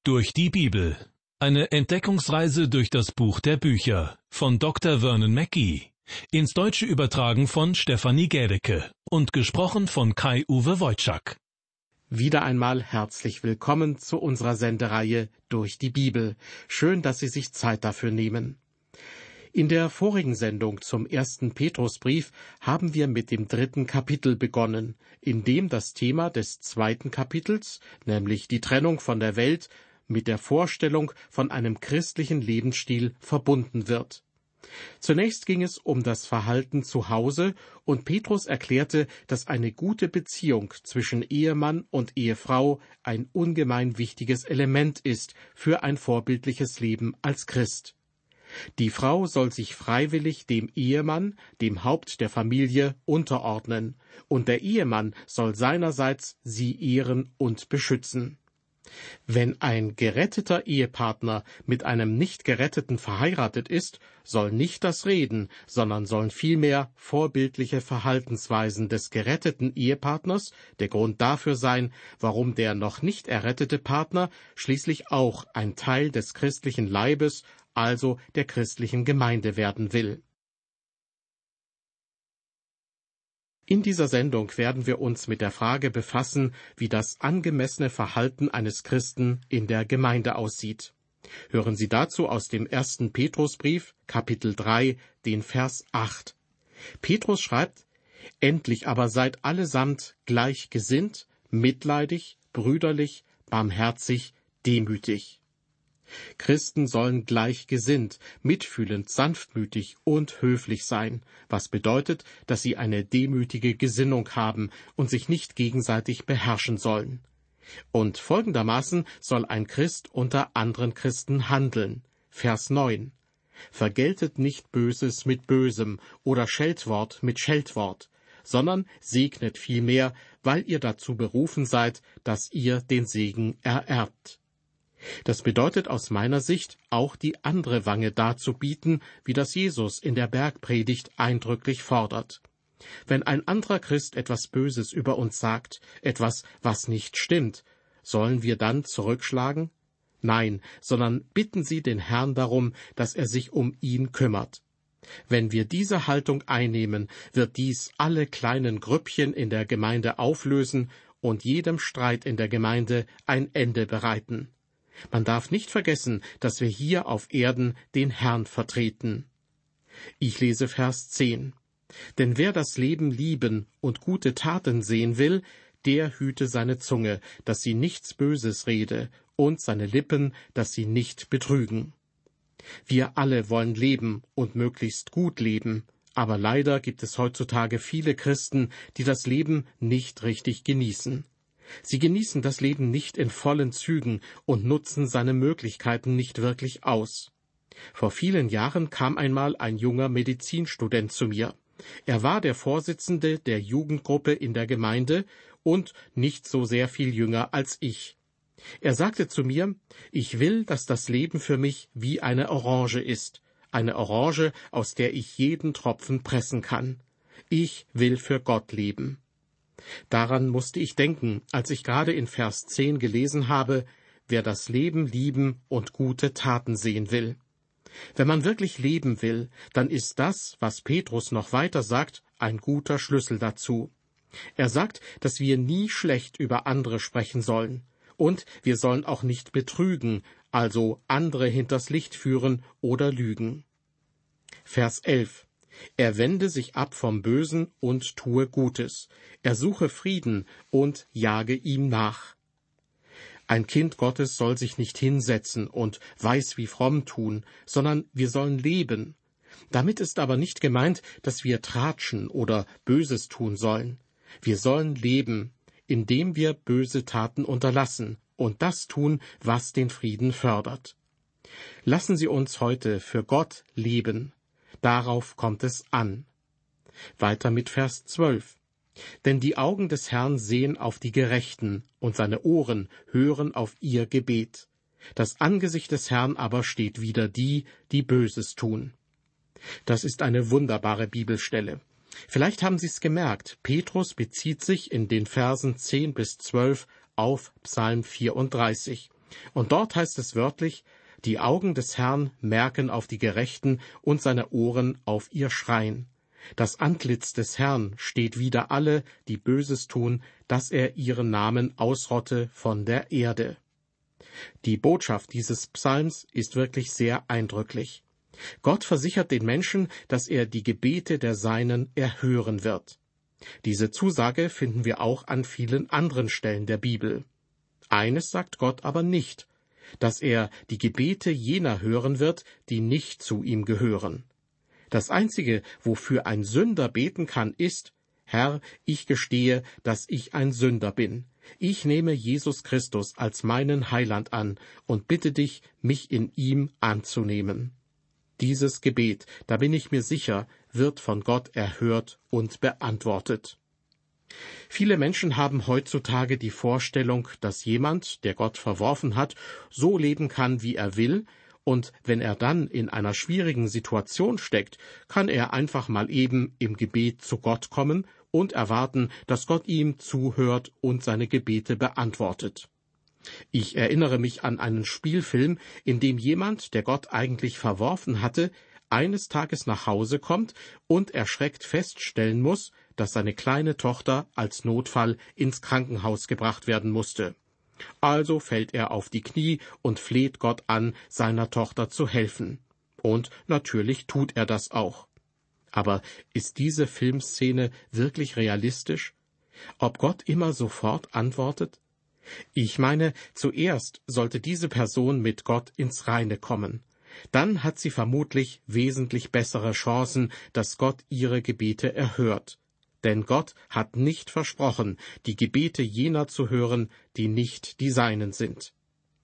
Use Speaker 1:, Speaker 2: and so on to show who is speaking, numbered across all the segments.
Speaker 1: Durch die Bibel. Eine Entdeckungsreise durch das Buch der Bücher von Dr. Vernon Mackey. Ins Deutsche übertragen von Stefanie Gädecke und gesprochen von Kai-Uwe Wojczak.
Speaker 2: Wieder einmal herzlich willkommen zu unserer Sendereihe Durch die Bibel. Schön, dass Sie sich Zeit dafür nehmen. In der vorigen Sendung zum 1. Petrusbrief haben wir mit dem 3. Kapitel begonnen, in dem das Thema des 2. Kapitels, nämlich die Trennung von der Welt, mit der Vorstellung von einem christlichen Lebensstil verbunden wird. Zunächst ging es um das Verhalten zu Hause, und Petrus erklärte, dass eine gute Beziehung zwischen Ehemann und Ehefrau ein ungemein wichtiges Element ist für ein vorbildliches Leben als Christ. Die Frau soll sich freiwillig dem Ehemann, dem Haupt der Familie, unterordnen, und der Ehemann soll seinerseits sie ehren und beschützen. Wenn ein geretteter Ehepartner mit einem nicht geretteten verheiratet ist, soll nicht das Reden, sondern sollen vielmehr vorbildliche Verhaltensweisen des geretteten Ehepartners der Grund dafür sein, warum der noch nicht errettete Partner schließlich auch ein Teil des christlichen Leibes, also der christlichen Gemeinde werden will. In dieser Sendung werden wir uns mit der Frage befassen, wie das angemessene Verhalten eines Christen in der Gemeinde aussieht. Hören Sie dazu aus dem 1. Petrusbrief, Kapitel 3, den Vers 8. Petrus schreibt: »Endlich aber seid allesamt gleichgesinnt, mitleidig, brüderlich, barmherzig, demütig.« Christen sollen gleichgesinnt, mitfühlend, sanftmütig und höflich sein, was bedeutet, dass sie eine demütige Gesinnung haben und sich nicht gegenseitig beherrschen sollen. Und folgendermaßen soll ein Christ unter anderen Christen handeln. Vers 9. »Vergeltet nicht Böses mit Bösem oder Scheltwort mit Scheltwort, sondern segnet vielmehr, weil ihr dazu berufen seid, dass ihr den Segen ererbt.« Das bedeutet aus meiner Sicht, auch die andere Wange darzubieten, wie das Jesus in der Bergpredigt eindrücklich fordert. Wenn ein anderer Christ etwas Böses über uns sagt, etwas, was nicht stimmt, sollen wir dann zurückschlagen? Nein, sondern bitten Sie den Herrn darum, dass er sich um ihn kümmert. Wenn wir diese Haltung einnehmen, wird dies alle kleinen Grüppchen in der Gemeinde auflösen und jedem Streit in der Gemeinde ein Ende bereiten. Man darf nicht vergessen, dass wir hier auf Erden den Herrn vertreten. Ich lese Vers 10. »Denn wer das Leben lieben und gute Taten sehen will, der hüte seine Zunge, dass sie nichts Böses rede, und seine Lippen, dass sie nicht betrügen.« Wir alle wollen leben und möglichst gut leben, aber leider gibt es heutzutage viele Christen, die das Leben nicht richtig genießen. Sie genießen das Leben nicht in vollen Zügen und nutzen seine Möglichkeiten nicht wirklich aus. Vor vielen Jahren kam einmal ein junger Medizinstudent zu mir. Er war der Vorsitzende der Jugendgruppe in der Gemeinde und nicht so sehr viel jünger als ich. Er sagte zu mir: »Ich will, dass das Leben für mich wie eine Orange ist, eine Orange, aus der ich jeden Tropfen pressen kann. Ich will für Gott leben.« Daran musste ich denken, als ich gerade in Vers 10 gelesen habe: »Wer das Leben lieben und gute Taten sehen will.« Wenn man wirklich leben will, dann ist das, was Petrus noch weiter sagt, ein guter Schlüssel dazu. Er sagt, dass wir nie schlecht über andere sprechen sollen. Und wir sollen auch nicht betrügen, also andere hinters Licht führen oder lügen. Vers 11. »Er wende sich ab vom Bösen und tue Gutes. Er suche Frieden und jage ihm nach.« Ein Kind Gottes soll sich nicht hinsetzen und weiß wie fromm tun, sondern wir sollen leben. Damit ist aber nicht gemeint, dass wir tratschen oder Böses tun sollen. Wir sollen leben, indem wir böse Taten unterlassen und das tun, was den Frieden fördert. Lassen Sie uns heute für Gott leben. Darauf kommt es an. Weiter mit Vers 12. »Denn die Augen des Herrn sehen auf die Gerechten, und seine Ohren hören auf ihr Gebet. Das Angesicht des Herrn aber steht wider die, die Böses tun.« Das ist eine wunderbare Bibelstelle. Vielleicht haben Sie es gemerkt, Petrus bezieht sich in den Versen 10 bis 12 auf Psalm 34. Und dort heißt es wörtlich: Die Augen des Herrn merken auf die Gerechten und seine Ohren auf ihr Schreien. Das Antlitz des Herrn steht wider alle, die Böses tun, dass er ihren Namen ausrotte von der Erde. Die Botschaft dieses Psalms ist wirklich sehr eindrücklich. Gott versichert den Menschen, dass er die Gebete der Seinen erhören wird. Diese Zusage finden wir auch an vielen anderen Stellen der Bibel. Eines sagt Gott aber nicht: dass er die Gebete jener hören wird, die nicht zu ihm gehören. Das Einzige, wofür ein Sünder beten kann, ist: Herr, ich gestehe, dass ich ein Sünder bin. Ich nehme Jesus Christus als meinen Heiland an und bitte dich, mich in ihm anzunehmen. Dieses Gebet, da bin ich mir sicher, wird von Gott erhört und beantwortet. Viele Menschen haben heutzutage die Vorstellung, dass jemand, der Gott verworfen hat, so leben kann, wie er will, und wenn er dann in einer schwierigen Situation steckt, kann er einfach mal eben im Gebet zu Gott kommen und erwarten, dass Gott ihm zuhört und seine Gebete beantwortet. Ich erinnere mich an einen Spielfilm, in dem jemand, der Gott eigentlich verworfen hatte, eines Tages nach Hause kommt und erschreckt feststellen muss, dass seine kleine Tochter als Notfall ins Krankenhaus gebracht werden musste. Also fällt er auf die Knie und fleht Gott an, seiner Tochter zu helfen. Und natürlich tut er das auch. Aber ist diese Filmszene wirklich realistisch? Ob Gott immer sofort antwortet? Ich meine, zuerst sollte diese Person mit Gott ins Reine kommen. Dann hat sie vermutlich wesentlich bessere Chancen, dass Gott ihre Gebete erhört. Denn Gott hat nicht versprochen, die Gebete jener zu hören, die nicht die Seinen sind.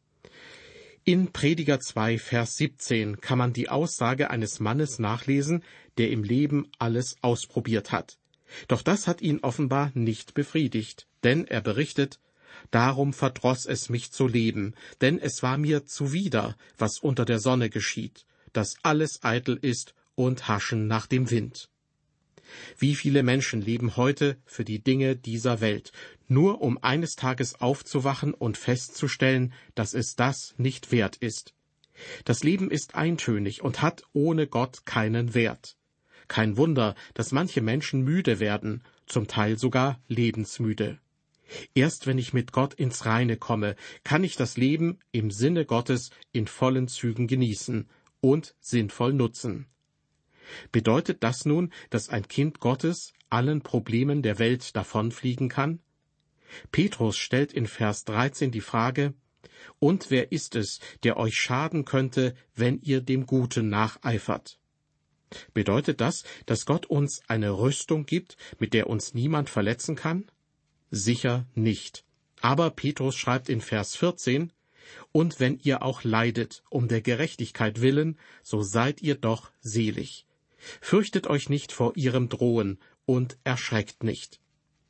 Speaker 2: In Prediger 2, Vers 17 kann man die Aussage eines Mannes nachlesen, der im Leben alles ausprobiert hat. Doch das hat ihn offenbar nicht befriedigt, denn er berichtet: Darum verdross es mich zu leben, denn es war mir zuwider, was unter der Sonne geschieht, dass alles eitel ist und haschen nach dem Wind. Wie viele Menschen leben heute für die Dinge dieser Welt, nur um eines Tages aufzuwachen und festzustellen, dass es das nicht wert ist. Das Leben ist eintönig und hat ohne Gott keinen Wert. Kein Wunder, dass manche Menschen müde werden, zum Teil sogar lebensmüde. Erst wenn ich mit Gott ins Reine komme, kann ich das Leben im Sinne Gottes in vollen Zügen genießen und sinnvoll nutzen. Bedeutet das nun, dass ein Kind Gottes allen Problemen der Welt davonfliegen kann? Petrus stellt in Vers 13 die Frage: Und wer ist es, der euch schaden könnte, wenn ihr dem Guten nacheifert? Bedeutet das, dass Gott uns eine Rüstung gibt, mit der uns niemand verletzen kann? Sicher nicht. Aber Petrus schreibt in Vers 14: Und wenn ihr auch leidet, um der Gerechtigkeit willen, so seid ihr doch selig. Fürchtet euch nicht vor ihrem Drohen und erschreckt nicht.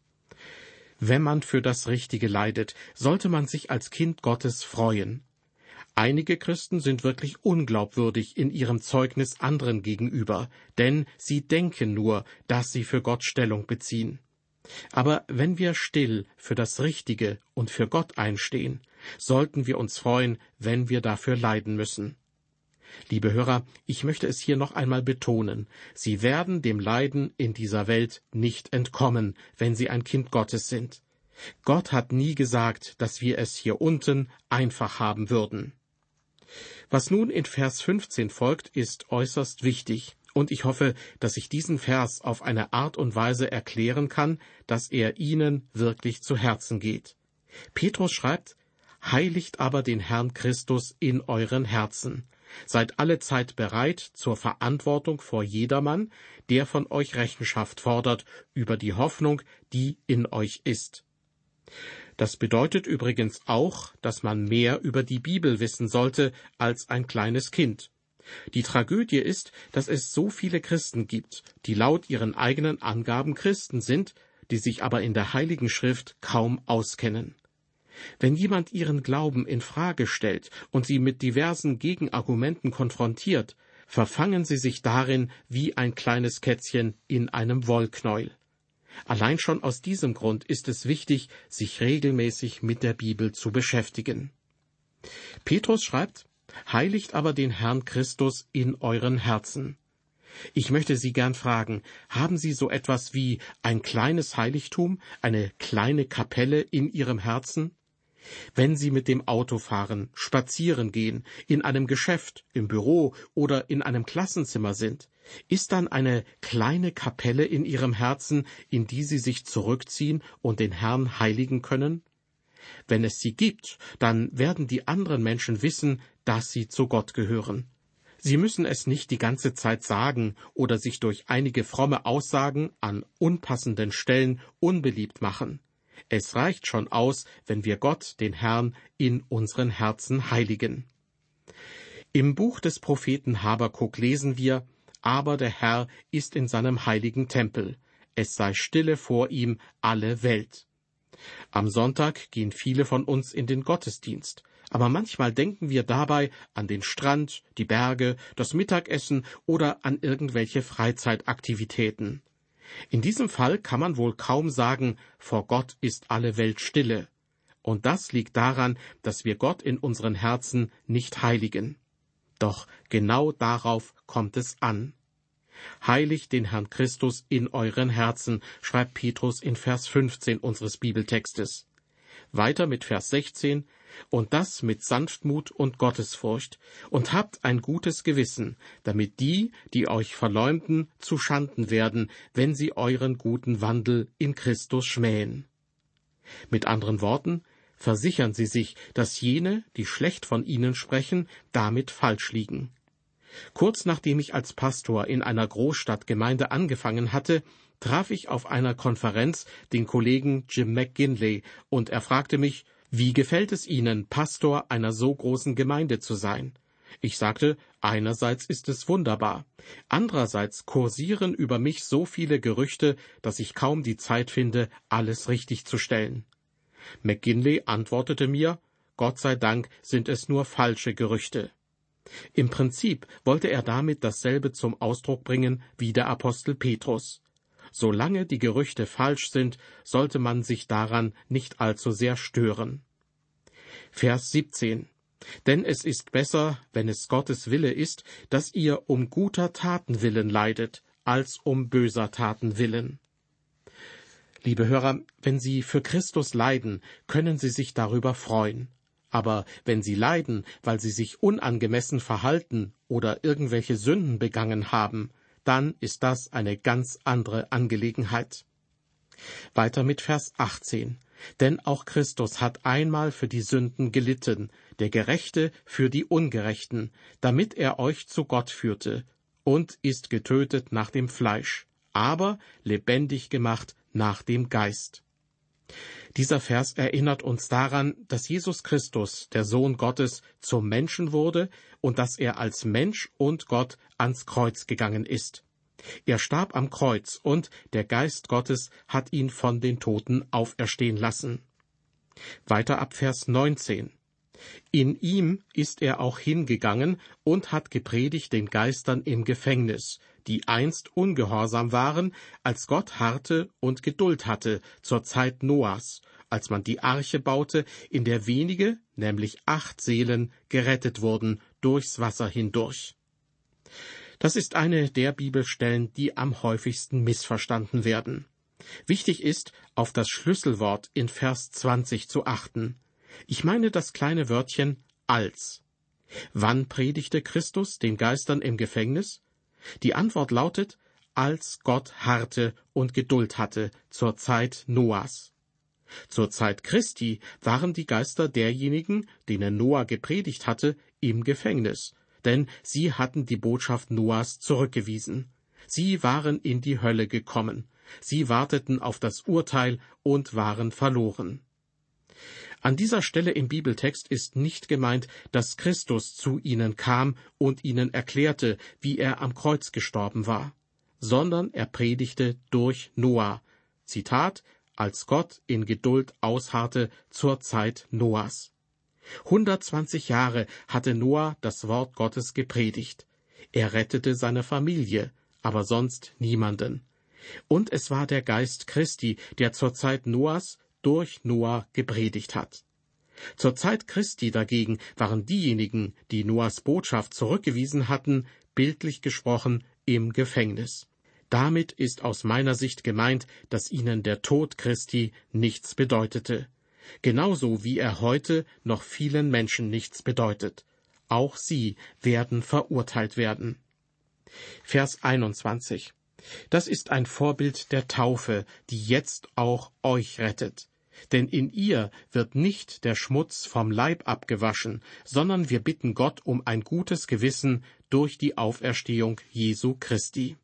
Speaker 2: Wenn man für das Richtige leidet, sollte man sich als Kind Gottes freuen. Einige Christen sind wirklich unglaubwürdig in ihrem Zeugnis anderen gegenüber, denn sie denken nur, dass sie für Gott Stellung beziehen. Aber wenn wir still für das Richtige und für Gott einstehen, sollten wir uns freuen, wenn wir dafür leiden müssen. Liebe Hörer, ich möchte es hier noch einmal betonen: Sie werden dem Leiden in dieser Welt nicht entkommen, wenn Sie ein Kind Gottes sind. Gott hat nie gesagt, dass wir es hier unten einfach haben würden. Was nun in Vers 15 folgt, ist äußerst wichtig, und ich hoffe, dass ich diesen Vers auf eine Art und Weise erklären kann, dass er Ihnen wirklich zu Herzen geht. Petrus schreibt: Heiligt aber den Herrn Christus in euren Herzen. Seid allezeit bereit zur Verantwortung vor jedermann, der von euch Rechenschaft fordert über die Hoffnung, die in euch ist. Das bedeutet übrigens auch, dass man mehr über die Bibel wissen sollte als ein kleines Kind. Die Tragödie ist, dass es so viele Christen gibt, die laut ihren eigenen Angaben Christen sind, die sich aber in der Heiligen Schrift kaum auskennen. Wenn jemand ihren Glauben in Frage stellt und sie mit diversen Gegenargumenten konfrontiert, verfangen sie sich darin wie ein kleines Kätzchen in einem Wollknäuel. Allein schon aus diesem Grund ist es wichtig, sich regelmäßig mit der Bibel zu beschäftigen. Petrus schreibt: Heiligt aber den Herrn Christus in euren Herzen. Ich möchte Sie gern fragen, haben Sie so etwas wie ein kleines Heiligtum, eine kleine Kapelle in Ihrem Herzen? Wenn Sie mit dem Auto fahren, spazieren gehen, in einem Geschäft, im Büro oder in einem Klassenzimmer sind, ist dann eine kleine Kapelle in Ihrem Herzen, in die Sie sich zurückziehen und den Herrn heiligen können? Wenn es sie gibt, dann werden die anderen Menschen wissen, dass sie zu Gott gehören. Sie müssen es nicht die ganze Zeit sagen oder sich durch einige fromme Aussagen an unpassenden Stellen unbeliebt machen. Es reicht schon aus, wenn wir Gott, den Herrn, in unseren Herzen heiligen. Im Buch des Propheten Habakuk lesen wir: Aber der Herr ist in seinem heiligen Tempel, es sei stille vor ihm alle Welt. Am Sonntag gehen viele von uns in den Gottesdienst, aber manchmal denken wir dabei an den Strand, die Berge, das Mittagessen oder an irgendwelche Freizeitaktivitäten. In diesem Fall kann man wohl kaum sagen, vor Gott ist alle Welt stille. Und das liegt daran, dass wir Gott in unseren Herzen nicht heiligen. Doch genau darauf kommt es an. Heiligt den Herrn Christus in euren Herzen, schreibt Petrus in Vers 15 unseres Bibeltextes. Weiter mit Vers 16: Und das mit Sanftmut und Gottesfurcht, und habt ein gutes Gewissen, damit die, die euch verleumden, zu Schanden werden, wenn sie euren guten Wandel in Christus schmähen. Mit anderen Worten, versichern Sie sich, dass jene, die schlecht von Ihnen sprechen, damit falsch liegen. Kurz nachdem ich als Pastor in einer Großstadtgemeinde angefangen hatte, traf ich auf einer Konferenz den Kollegen Jim McGinley, und er fragte mich: Wie gefällt es Ihnen, Pastor einer so großen Gemeinde zu sein? Ich sagte, einerseits ist es wunderbar, andererseits kursieren über mich so viele Gerüchte, dass ich kaum die Zeit finde, alles richtig zu stellen. McGinley antwortete mir: Gott sei Dank sind es nur falsche Gerüchte. Im Prinzip wollte er damit dasselbe zum Ausdruck bringen wie der Apostel Petrus. Solange die Gerüchte falsch sind, sollte man sich daran nicht allzu sehr stören. Vers 17: Denn es ist besser, wenn es Gottes Wille ist, dass ihr um guter Taten willen leidet, als um böser Taten willen. Liebe Hörer, wenn Sie für Christus leiden, können Sie sich darüber freuen. Aber wenn Sie leiden, weil Sie sich unangemessen verhalten oder irgendwelche Sünden begangen haben, dann ist das eine ganz andere Angelegenheit. Weiter mit Vers 18. Denn auch Christus hat einmal für die Sünden gelitten, der Gerechte für die Ungerechten, damit er euch zu Gott führte, und ist getötet nach dem Fleisch, aber lebendig gemacht nach dem Geist. Dieser Vers erinnert uns daran, dass Jesus Christus, der Sohn Gottes, zum Menschen wurde und dass er als Mensch und Gott ans Kreuz gegangen ist. Er starb am Kreuz und der Geist Gottes hat ihn von den Toten auferstehen lassen. Weiter ab Vers 19. In ihm ist er auch hingegangen und hat gepredigt den Geistern im Gefängnis, die einst ungehorsam waren, als Gott harrte und Geduld hatte zur Zeit Noahs, als man die Arche baute, in der wenige, nämlich 8 Seelen, gerettet wurden durchs Wasser hindurch. Das ist eine der Bibelstellen, die am häufigsten missverstanden werden. Wichtig ist, auf das Schlüsselwort in Vers 20 zu achten. Ich meine das kleine Wörtchen als. Wann predigte Christus den Geistern im Gefängnis? Die Antwort lautet: als Gott harrte und Geduld hatte zur Zeit Noahs. Zur Zeit Christi waren die Geister derjenigen, denen Noah gepredigt hatte, im Gefängnis, denn sie hatten die Botschaft Noahs zurückgewiesen. Sie waren in die Hölle gekommen. Sie warteten auf das Urteil und waren verloren. An dieser Stelle im Bibeltext ist nicht gemeint, dass Christus zu ihnen kam und ihnen erklärte, wie er am Kreuz gestorben war, sondern er predigte durch Noah. Zitat: als Gott in Geduld ausharrte zur Zeit Noahs. 120 Jahre hatte Noah das Wort Gottes gepredigt. Er rettete seine Familie, aber sonst niemanden. Und es war der Geist Christi, der zur Zeit Noahs durch Noah gepredigt hat. Zur Zeit Christi dagegen waren diejenigen, die Noahs Botschaft zurückgewiesen hatten, bildlich gesprochen im Gefängnis. Damit ist aus meiner Sicht gemeint, dass ihnen der Tod Christi nichts bedeutete. Genauso wie er heute noch vielen Menschen nichts bedeutet. Auch sie werden verurteilt werden. Vers 21. Das ist ein Vorbild der Taufe, die jetzt auch euch rettet. Denn in ihr wird nicht der Schmutz vom Leib abgewaschen, sondern wir bitten Gott um ein gutes Gewissen durch die Auferstehung Jesu Christi.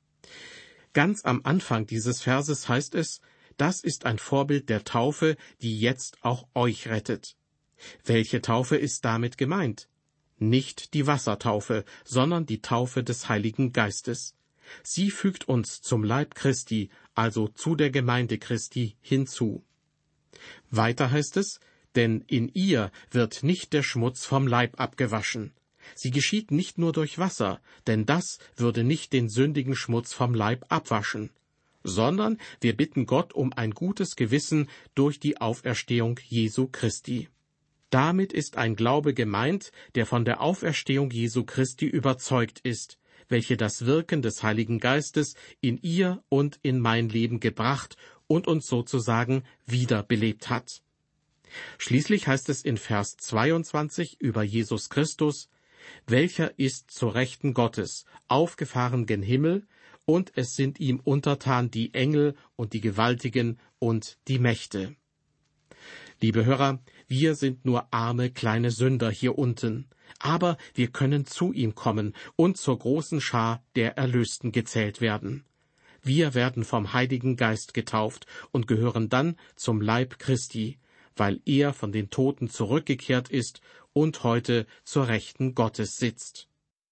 Speaker 2: Ganz am Anfang dieses Verses heißt es, das ist ein Vorbild der Taufe, die jetzt auch euch rettet. Welche Taufe ist damit gemeint? Nicht die Wassertaufe, sondern die Taufe des Heiligen Geistes. Sie fügt uns zum Leib Christi, also zu der Gemeinde Christi, hinzu. Weiter heißt es, denn in ihr wird nicht der Schmutz vom Leib abgewaschen. Sie geschieht nicht nur durch Wasser, denn das würde nicht den sündigen Schmutz vom Leib abwaschen, sondern wir bitten Gott um ein gutes Gewissen durch die Auferstehung Jesu Christi. Damit ist ein Glaube gemeint, der von der Auferstehung Jesu Christi überzeugt ist, welche das Wirken des Heiligen Geistes in ihr und in mein Leben gebracht und uns sozusagen wiederbelebt hat. Schließlich heißt es in Vers 22 über Jesus Christus, welcher ist zur Rechten Gottes, aufgefahren gen Himmel, und es sind ihm untertan die Engel und die Gewaltigen und die Mächte. Liebe Hörer, wir sind nur arme kleine Sünder hier unten, aber wir können zu ihm kommen und zur großen Schar der Erlösten gezählt werden. Wir werden vom Heiligen Geist getauft und gehören dann zum Leib Christi, weil er von den Toten zurückgekehrt ist und heute zur Rechten Gottes sitzt.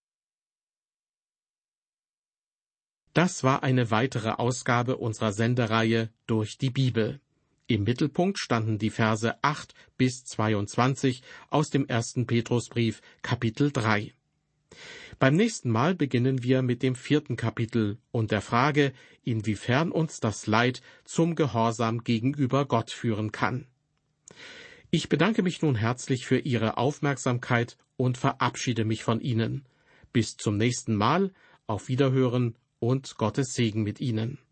Speaker 2: Das war eine weitere Ausgabe unserer Sendereihe Durch die Bibel. Im Mittelpunkt standen die Verse 8 bis 22 aus dem 1. Petrusbrief, Kapitel 3. Beim nächsten Mal beginnen wir mit dem 4. Kapitel und der Frage, inwiefern uns das Leid zum Gehorsam gegenüber Gott führen kann. Ich bedanke mich nun herzlich für Ihre Aufmerksamkeit und verabschiede mich von Ihnen. Bis zum nächsten Mal, auf Wiederhören und Gottes Segen mit Ihnen.